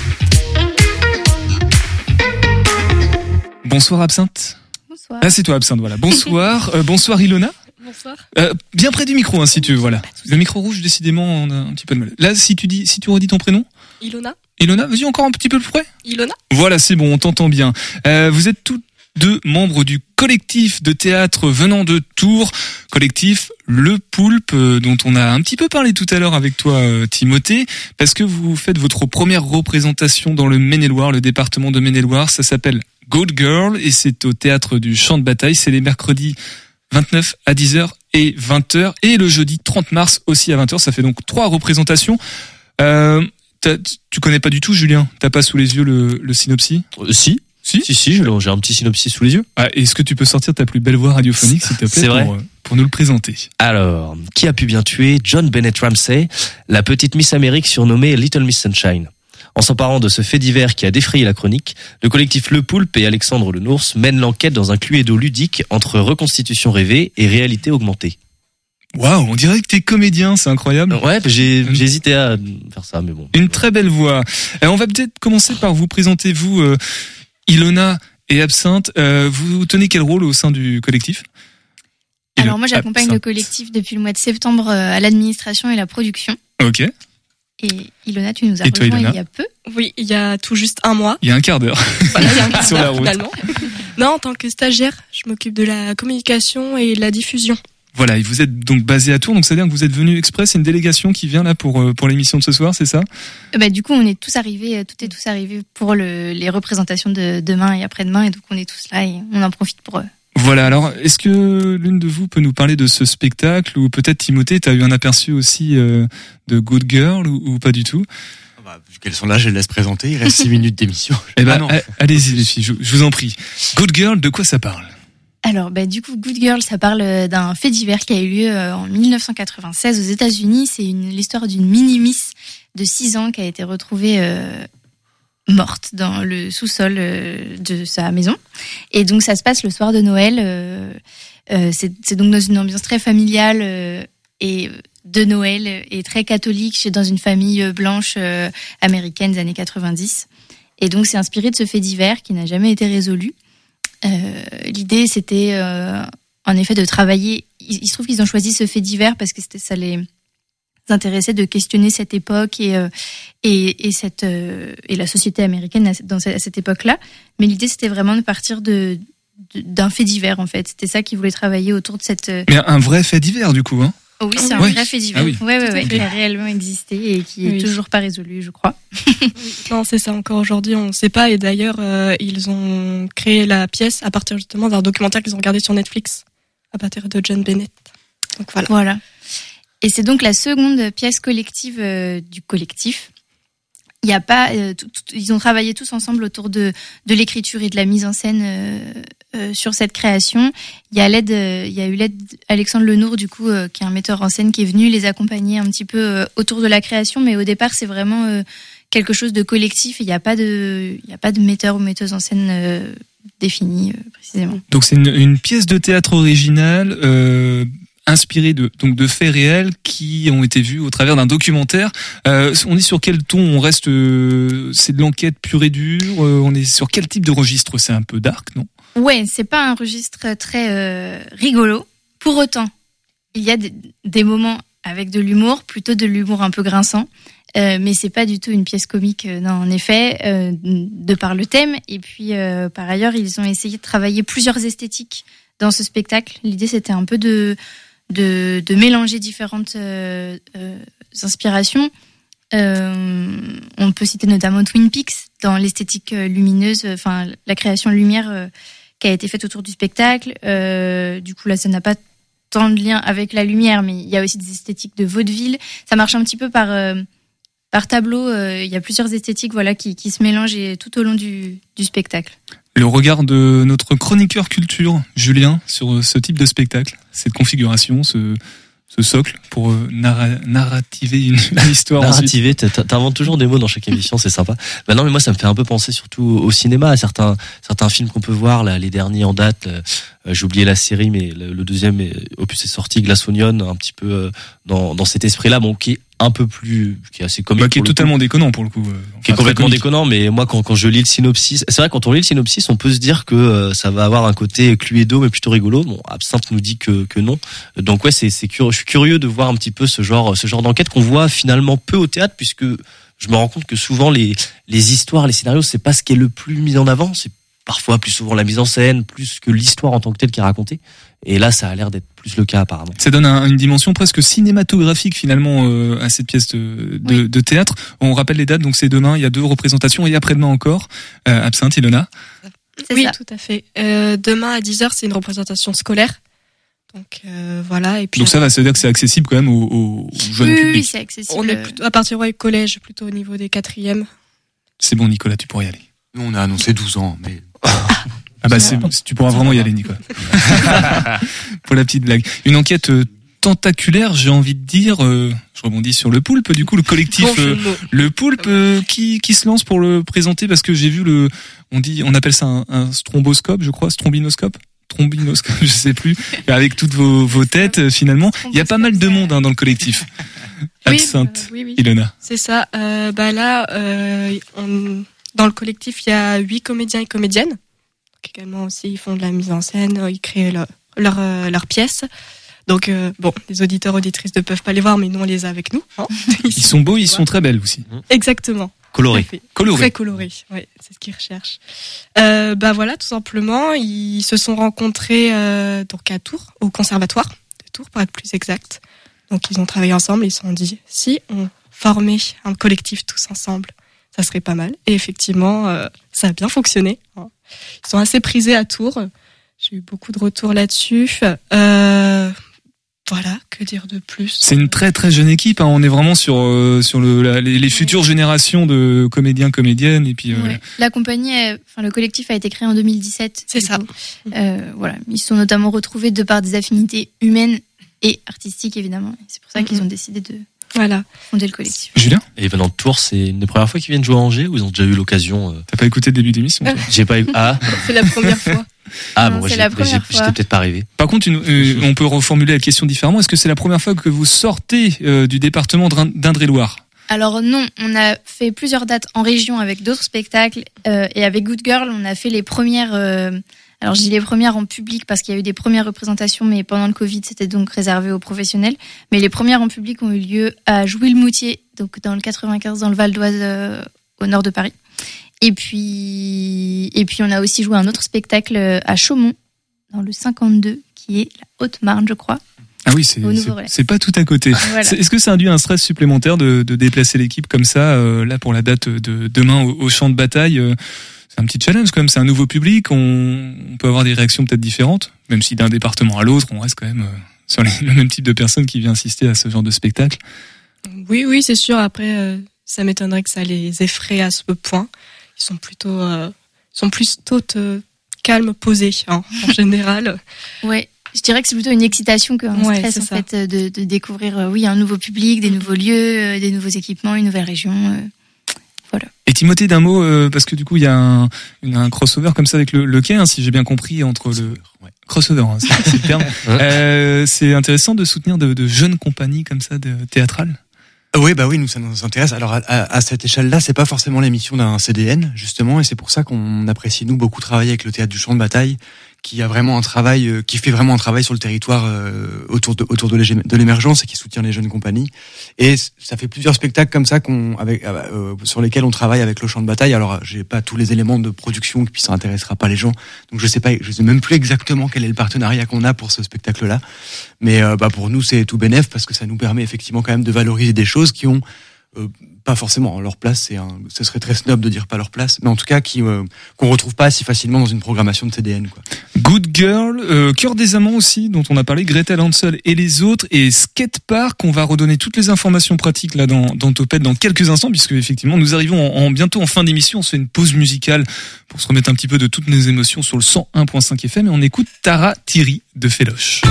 Bonsoir Absinthe. Bonsoir. Ah c'est toi Absinthe, voilà. Bonsoir, bonsoir Ilona. Bonsoir. Bien près du micro, si tu veux, voilà. Le micro rouge, décidément, on a un petit peu de mal. Là, si tu redis ton prénom. Ilona, vas-y encore un petit peu plus près. Ilona. Voilà, c'est bon, on t'entend bien. Vous êtes toutes deux membres du collectif de théâtre venant de Tours, collectif Le Poulpe, dont on a un petit peu parlé tout à l'heure avec toi Timothée, parce que vous faites votre première représentation dans le Maine-et-Loire, le département de Maine-et-Loire. Ça s'appelle Good Girl et c'est au théâtre du Champ de Bataille. C'est les mercredis 29 à 10h et 20h et le jeudi 30 mars aussi à 20h. Ça fait donc 3 représentations. Tu connais pas du tout Julien? T'as pas sous les yeux le synopsis? Si, j'ai un petit synopsis sous les yeux. Ah, est-ce que tu peux sortir ta plus belle voix radiophonique, s'il te plaît, C'est vrai. pour nous le présenter? Alors, qui a pu bien tuer John Bennett Ramsey, la petite Miss Amérique surnommée Little Miss Sunshine? En s'emparant de ce fait divers qui a défrayé la chronique, le collectif Le Poulpe et Alexandre Le Nours mènent l'enquête dans un cluedo ludique entre reconstitution rêvée et réalité augmentée. Waouh, on dirait que t'es comédien, c'est incroyable. Ouais, j'ai hésité à faire ça, mais bon. Une très belle voix. On va peut-être commencer par vous présenter, vous, Ilona et Absinthe. Vous tenez quel rôle au sein du collectif? Alors moi j'accompagne le collectif depuis le mois de septembre à l'administration et la production. Ok. Et Ilona, tu nous as rejoint il y a peu. Oui, il y a tout juste un mois. Il y a un quart d'heure. Voilà, il y a un quart Sur la d'heure route. finalement. Non, en tant que stagiaire, je m'occupe de la communication et de la diffusion. Voilà, et vous êtes donc basé à Tours, donc c'est-à-dire que vous êtes venu exprès, c'est une délégation qui vient là pour l'émission de ce soir, c'est ça? Du coup, on est tous arrivés pour les représentations de demain et après-demain, et donc on est tous là et on en profite pour Voilà, alors est-ce que l'une de vous peut nous parler de ce spectacle, ou peut-être Timothée, t'as eu un aperçu aussi de Good Girl ou pas du tout? Vu qu'elles sont là, je les laisse présenter, il reste 6 minutes d'émission. Eh ben, allez-y les filles, je vous en prie. Good Girl, de quoi ça parle? Alors, du coup, Good Girl, ça parle d'un fait divers qui a eu lieu en 1996 aux États-Unis. C'est l'histoire d'une mini-miss de 6 ans qui a été retrouvée morte dans le sous-sol de sa maison. Et donc, ça se passe le soir de Noël. C'est donc dans une ambiance très familiale et de Noël et très catholique, dans une famille blanche américaine des années 90. Et donc, c'est inspiré de ce fait divers qui n'a jamais été résolu. L'idée, c'était en effet de travailler. Il se trouve qu'ils ont choisi ce fait divers parce que ça les intéressait de questionner cette époque et la société américaine à cette époque-là. Mais l'idée, c'était vraiment de partir d'un fait divers, en fait. C'était ça qu'ils voulaient travailler autour de cette. Mais un vrai fait divers, du coup, hein. Oh oui, c'est un vrai fait divers. Ah oui. Ouais, qui a réellement existé et qui est toujours pas résolu, je crois. Non, c'est ça. Encore aujourd'hui, on ne sait pas. Et d'ailleurs, ils ont créé la pièce à partir justement d'un documentaire qu'ils ont regardé sur Netflix, à partir de John Bennett. Donc voilà. Et c'est donc la seconde pièce collective du collectif. Il y a pas, ils ont travaillé tous ensemble autour de l'écriture et de la mise en scène sur cette création. Il y a eu l'aide Alexandre Lenour, du coup, qui est un metteur en scène qui est venu les accompagner un petit peu autour de la création, mais au départ c'est vraiment quelque chose de collectif. Il n'y a pas de metteur ou metteuse en scène définie précisément. Donc c'est une pièce de théâtre originale. Inspiré de faits réels qui ont été vus au travers d'un documentaire. On est sur quel ton? On reste, c'est de l'enquête pure et dure. On est sur quel type de registre? C'est un peu dark, non? Ouais, c'est pas un registre très rigolo. Pour autant, il y a des moments avec de l'humour, plutôt de l'humour un peu grinçant. Mais c'est pas du tout une pièce comique, non, en effet, de par le thème. Et puis, par ailleurs, ils ont essayé de travailler plusieurs esthétiques dans ce spectacle. L'idée, c'était un peu de mélanger différentes inspirations. On peut citer notamment Twin Peaks dans l'esthétique lumineuse, enfin la création de lumière qui a été faite autour du spectacle. Du coup là, ça n'a pas tant de lien avec la lumière, mais il y a aussi des esthétiques de vaudeville. Ça marche un petit peu par tableau. Il y a plusieurs esthétiques, qui se mélangent tout au long du spectacle. Le regard de notre chroniqueur culture, Julien, sur ce type de spectacle, cette configuration, ce socle pour narrativer une histoire. Narrativer, t'inventes toujours des mots dans chaque émission, c'est sympa. Bah non, mais moi ça me fait un peu penser surtout au cinéma, à certains films qu'on peut voir, là, les derniers en date. J'ai oublié la série, mais le deuxième opus est sorti, Glass Onion, un petit peu dans cet esprit-là, bon, qui est un peu plus, qui est assez comique. Qui est totalement déconnant pour le coup. Qui est complètement déconnant, mais moi quand je lis le synopsis, c'est vrai, quand on lit le synopsis, on peut se dire que ça va avoir un côté Cluedo, mais plutôt rigolo. Bon, Absinthe nous dit que non. Donc ouais, c'est curieux. Je suis curieux de voir un petit peu ce genre d'enquête qu'on voit finalement peu au théâtre, puisque je me rends compte que souvent les histoires, les scénarios, c'est pas ce qui est le plus mis en avant. C'est parfois plus souvent la mise en scène, plus que l'histoire en tant que telle qui est racontée. Et là, ça a l'air d'être plus le cas apparemment. Ça donne une dimension presque cinématographique finalement à cette pièce de théâtre. On rappelle les dates, donc c'est demain, il y a 2 représentations et après-demain encore. Absinthe, Ilona. Oui, tout à fait. Demain à 10h, c'est une représentation scolaire. Donc voilà. Et puis, donc ça va se dire que c'est accessible quand même aux jeunes publics. Oui, c'est accessible. On est plutôt à partir du collège, plutôt au niveau des 4e. C'est bon, Nicolas, tu pourrais y aller. Nous, on a annoncé 12 ans, mais... Ah bah tu pourras vraiment y aller, Nicolas. Pour la petite blague. Une enquête tentaculaire, j'ai envie de dire. Je rebondis sur le Poulpe. Du coup, le collectif le Poulpe qui se lance pour le présenter, parce que j'ai vu on appelle ça un stromboscope, je crois, trombinoscope, je sais plus, avec toutes vos têtes finalement. Il y a pas mal de monde dans le collectif. Absinthe, oui. Ilona. C'est ça. Là, dans le collectif, il y a 8 comédiens et comédiennes. Donc également aussi, ils font de la mise en scène, ils créent leur pièce. Donc les auditeurs, auditrices ne peuvent pas les voir, mais nous on les a avec nous. Hein. Ils sont beaux, ils sont très belles aussi. Exactement. Colorés. Très colorés, ouais, c'est ce qu'ils recherchent. Voilà, tout simplement, ils se sont rencontrés donc à Tours, au conservatoire de Tours pour être plus exact. Donc ils ont travaillé ensemble et ils se sont dit, si on formait un collectif tous ensemble, ça serait pas mal. Et effectivement, ça a bien fonctionné. Ils sont assez prisés à Tours. J'ai eu beaucoup de retours là-dessus. Voilà, que dire de plus? C'est une très très jeune équipe. Hein. On est vraiment sur les futures générations de comédiens, comédiennes. Et puis la compagnie, le collectif a été créé en 2017. C'est ça. Voilà, ils se sont notamment retrouvés de par des affinités humaines et artistiques évidemment. C'est pour ça qu'ils ont décidé de fonder le collectif. Julien? Et venant de Tours, c'est une des premières fois qu'ils viennent jouer à Angers ou ils ont déjà eu l'occasion? T'as pas écouté le début d'émission? J'ai pas. C'est la première fois. Ah non, bon, c'est la première fois. J'étais peut-être pas arrivé. Par contre, on peut reformuler la question différemment. Est-ce que c'est la première fois que vous sortez du département d'Indre-et-Loire? Alors non, on a fait plusieurs dates en région avec d'autres spectacles et avec Good Girl, on a fait les premières. Alors je dis les premières en public parce qu'il y a eu des premières représentations, mais pendant le Covid, c'était donc réservé aux professionnels. Mais les premières en public ont eu lieu à Jouy-le-Moutier, donc dans le 95, dans le Val d'Oise, au nord de Paris. Et puis on a aussi joué un autre spectacle à Chaumont, dans le 52, qui est la Haute-Marne, je crois. Ah oui, c'est pas tout à côté. Voilà. Est-ce que ça induit un stress supplémentaire de déplacer l'équipe comme ça, là pour la date de demain au champ de bataille? C'est un petit challenge quand même, c'est un nouveau public, on peut avoir des réactions peut-être différentes, même si d'un département à l'autre, on reste quand même sur le même type de personne qui vient assister à ce genre de spectacle. Oui, c'est sûr. Après, ça m'étonnerait que ça les effraie à ce point. Ils sont plutôt calmes, posés, en général. Ouais, je dirais que c'est plutôt une excitation qu'un stress en fait de découvrir un nouveau public, des nouveaux lieux, des nouveaux équipements, une nouvelle région. Voilà. Et Timothée, d'un mot, parce que du coup il y a un crossover comme ça avec le quai, hein, si j'ai bien compris, entre crossover, hein, c'est le terme. C'est intéressant de soutenir de jeunes compagnies comme ça théâtrales. Oui, nous ça nous intéresse. Alors à cette échelle-là, c'est pas forcément l'émission d'un CDN justement, et c'est pour ça qu'on apprécie nous beaucoup travailler avec le théâtre du champ de bataille, qui a vraiment un travail, qui fait vraiment un travail sur le territoire autour de l'émergence et qui soutient les jeunes compagnies. Et ça fait plusieurs spectacles comme ça sur lesquels on travaille avec le champ de bataille. Alors j'ai pas tous les éléments de production, puis ça intéressera pas les gens, donc je sais même plus exactement quel est le partenariat qu'on a pour ce spectacle-là. Mais pour nous c'est tout bénef parce que ça nous permet effectivement quand même de valoriser des choses qui ont pas forcément leur place, ce serait très snob de dire pas leur place, mais en tout cas qu'on retrouve pas si facilement dans une programmation de CDN, quoi. Good Girl, Cœur des amants aussi, dont on a parlé, Gretel Hansel et les autres, et Skatepark. On va redonner toutes les informations pratiques là dans Topette dans quelques instants, puisque effectivement nous arrivons bientôt en fin d'émission. On se fait une pause musicale pour se remettre un petit peu de toutes nos émotions sur le 101.5 FM, et on écoute Tara Thierry de Féloche.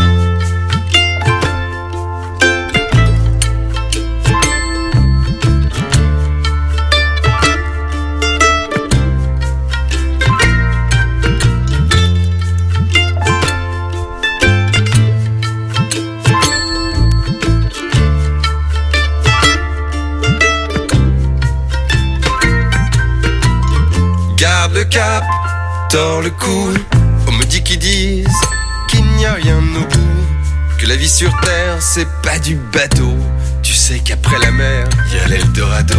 Garde le cap, tord le cou. On me dit qu'ils disent qu'il n'y a rien au bout, que la vie sur terre c'est pas du bateau. Tu sais qu'après la mer y a l'Eldorado.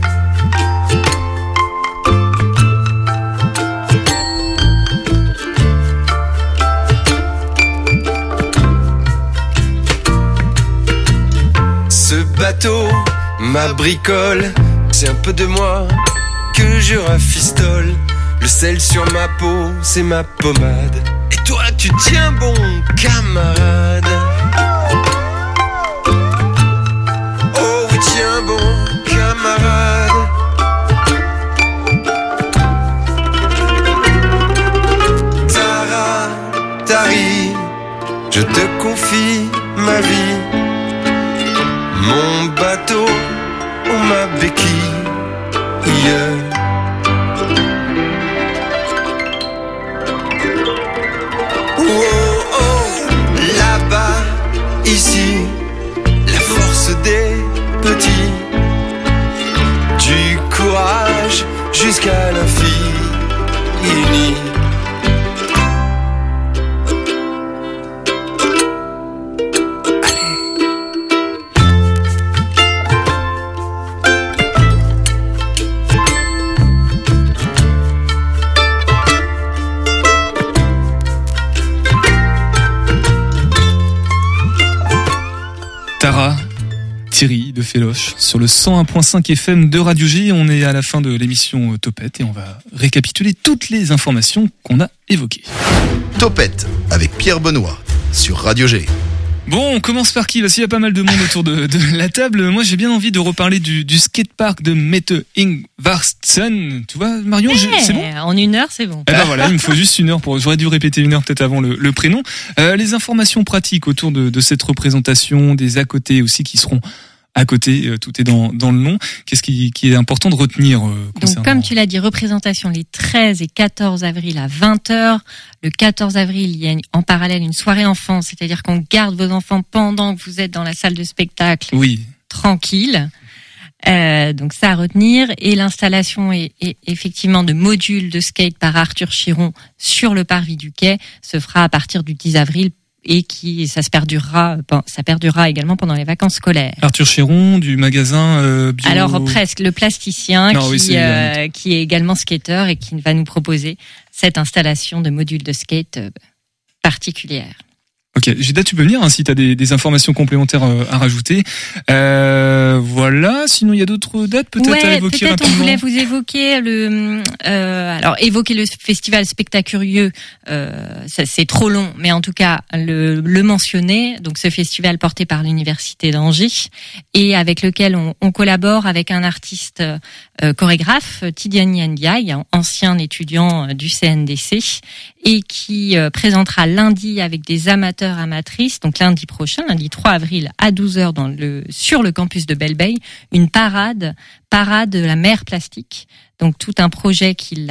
Ce bateau, ma bricole, c'est un peu de moi que je rafistole. Le sel sur ma peau, c'est ma pommade. Et toi, tu tiens bon, camarade. Oh oui, tiens bon, camarade. Tara, Tari, je te confie ma vie. Mon bateau, ou ma béquille. Là-bas, ici, la force des petits, du courage jusqu'à l'infini. Tara Thierry de Féloche sur le 101.5 FM de Radio G. On est à la fin de l'émission Topette et on va récapituler toutes les informations qu'on a évoquées. Topette avec Pierre Benoît sur Radio G. Bon, on commence par qui? Parce qu'il y a pas mal de monde autour de la table. Moi, j'ai bien envie de reparler du skatepark de Mette Ingvartsen. Tu vois, Marion, c'est bon? En 1 heure, c'est bon. Eh ben voilà, il me faut juste 1 heure j'aurais dû répéter 1 heure peut-être avant le prénom. Les informations pratiques autour de cette représentation, des à côté aussi qui seront à côté, tout est dans le nom. Qu'est-ce qui est important de retenir concernant... Donc, comme tu l'as dit, représentation les 13 et 14 avril à 20h. Le 14 avril, il y a en parallèle une soirée enfants, c'est-à-dire qu'on garde vos enfants pendant que vous êtes dans la salle de spectacle. Oui. Tranquille. Donc ça à retenir. Et l'installation est effectivement de modules de skate par Arthur Chiron sur le parvis du quai se fera à partir du 10 avril. Et ça perdurera également pendant les vacances scolaires. Arthur Chiron du magasin bio. Alors presque le plasticien qui est également skateur et qui va nous proposer cette installation de modules de skate particulière. Ok, Gilda, tu peux venir si tu as des informations complémentaires à rajouter. Voilà, sinon il y a d'autres dates peut-être à évoquer rapidement. On voulait vous évoquer évoquer le festival Spectacurieux, c'est trop long, mais en tout cas le mentionner. Donc ce festival porté par l'Université d'Angers et avec lequel on collabore avec un artiste chorégraphe, Tidiane Ndiaye, ancien étudiant du CNDC, et qui présentera lundi avec des amatrices, donc lundi prochain, lundi 3 avril à 12h sur le campus de Belle-Beille, une parade de la mer plastique. Donc tout un projet qui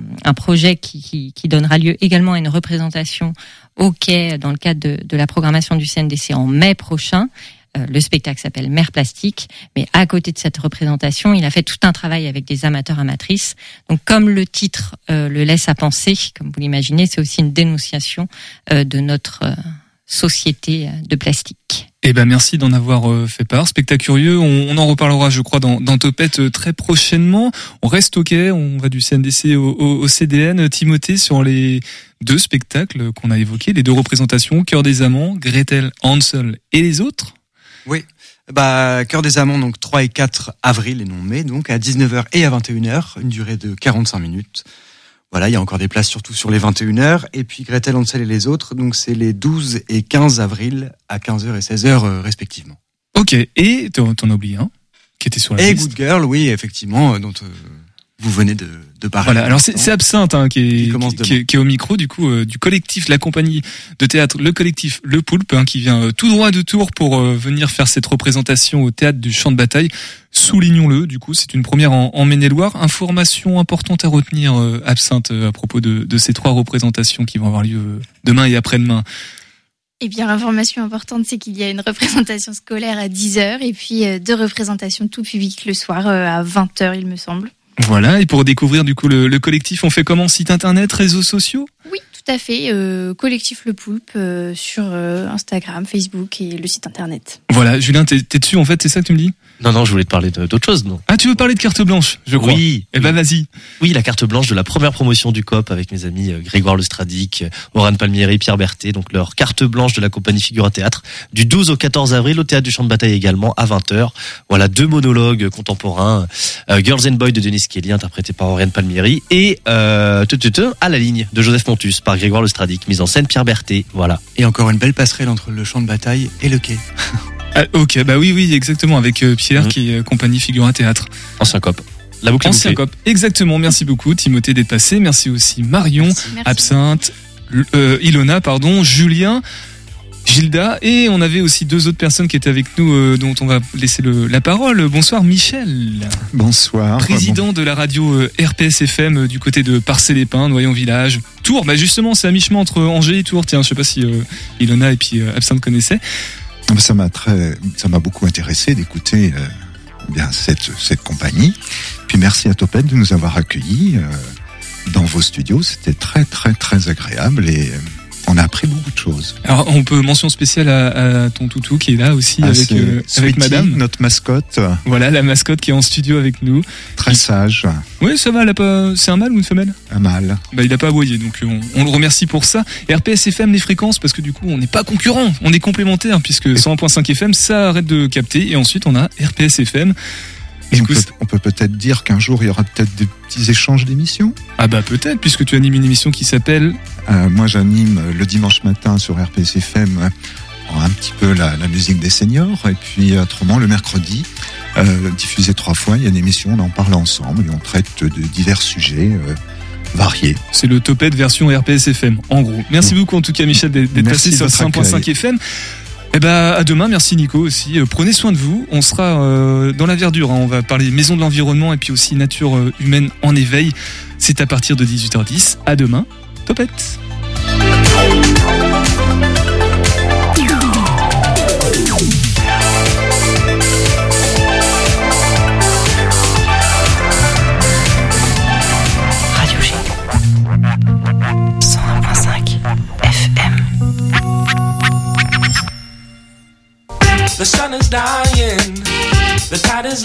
donnera lieu également à une représentation au quai dans le cadre de la programmation du CNDC en mai prochain. Le spectacle s'appelle Mer Plastique, mais à côté de cette représentation, il a fait tout un travail avec des amatrices. Donc, comme le titre le laisse à penser, comme vous l'imaginez, c'est aussi une dénonciation de notre société de plastique. Eh ben merci d'en avoir fait part. Spectacurieux, on en reparlera, je crois, dans Topette très prochainement. On reste au quai, on va du CNDC au CDN. Timothée, sur les 2 spectacles qu'on a évoqués, les 2 représentations, Cœur des Amants, Gretel, Hansel et les autres. Oui, Cœur des Amants, donc 3 et 4 avril et non mai, donc à 19h et à 21h, une durée de 45 minutes. Voilà, il y a encore des places surtout sur les 21h. Et puis Gretel, Hansel et les autres, donc c'est les 12 et 15 avril à 15h et 16h respectivement. Ok, et t'en as oublié un qui était sur la liste. Et Good Girl, oui, effectivement, dont vous venez de parler. Voilà, alors c'est Absinthe qui est au micro du collectif, la compagnie de théâtre, le collectif Le Poulpe, qui vient tout droit de Tours pour venir faire cette représentation au théâtre du Champ de Bataille. Soulignons-le, c'est une première en Maine-et-Loire. Information importante à retenir, Absinthe, à propos de ces 3 représentations qui vont avoir lieu demain et après-demain. Eh bien, l'information importante, c'est qu'il y a une représentation scolaire à 10h et puis 2 représentations tout public le soir à 20h, il me semble. Voilà, et pour découvrir le collectif, on fait comment? Site internet, réseaux sociaux? Oui, tout à fait. Collectif Le Poulpe sur Instagram, Facebook et le site internet. Voilà, Julien, t'es dessus en fait, c'est ça que tu me dis? Non, je voulais te parler d'autre chose, non. Ah, tu veux parler de carte blanche, je crois. Oui. Eh ben, vas-y. Oui, la carte blanche de la première promotion du COP avec mes amis Grégoire Lestradic, Oran Palmieri, Pierre Berthet. Donc, leur carte blanche de la compagnie Figura Théâtre du 12 au 14 avril au Théâtre du Champ de Bataille également à 20h. Voilà, 2 monologues contemporains. Girls and Boys de Denis Kelly, interprété par Oran Palmieri. Et, à la ligne de Joseph Montus par Grégoire Lestradic, mise en scène Pierre Berthet. Voilà. Et encore une belle passerelle entre le Champ de Bataille et le quai. Ah, ok, oui, exactement, avec Pierre qui est compagnie Figura Théâtre. Ancien COP. La boucle Ancien COP, exactement. Merci beaucoup, Timothée, d'être passé. Merci aussi Marion, Merci. Absinthe, Ilona, Julien, Gilda, et on avait aussi 2 autres personnes qui étaient avec nous, dont on va laisser la parole. Bonsoir Michel. Bonsoir. Président de la radio RPS FM du côté de Parcé-les-Pins, Noyon Village. Tours, justement, c'est à mi-chemin entre Angers et Tours. Tiens, je sais pas si Ilona et puis Absinthe connaissaient. Ça m'a beaucoup intéressé d'écouter cette compagnie. Puis merci à Topette de nous avoir accueillis dans vos studios. C'était très très très agréable et on a appris beaucoup de choses. Alors on peut mention spéciale à ton toutou qui est là aussi avec madame, notre mascotte. Voilà, la mascotte qui est en studio avec nous. Très sage. Oui, ça va, c'est un mâle ou une femelle? Un mâle. Il n'a pas aboyé, donc on le remercie pour ça. Et RPS FM, les fréquences, parce que du coup on n'est pas concurrents, on est complémentaires, puisque 101.5 FM ça arrête de capter, et ensuite on a RPS FM Et on peut peut-être dire qu'un jour, il y aura peut-être des petits échanges d'émissions. Ah bah peut-être, puisque tu animes une émission qui s'appelle... Moi, j'anime le dimanche matin sur RPS FM un petit peu la musique des seniors. Et puis, autrement, le mercredi, diffusé 3 fois, il y a une émission, on en parle ensemble et on traite de divers sujets variés. C'est le Topette version RPS FM, en gros. Merci beaucoup en tout cas, Michel, d'être passé sur 100.5 FM. Eh ben, à demain, merci Nico aussi. Prenez soin de vous. On sera dans la verdure. On va parler maison de l'environnement et puis aussi nature humaine en éveil. C'est à partir de 18h10. À demain. Topette. Radio G. 101.5 FM. The sun is dying, the tide is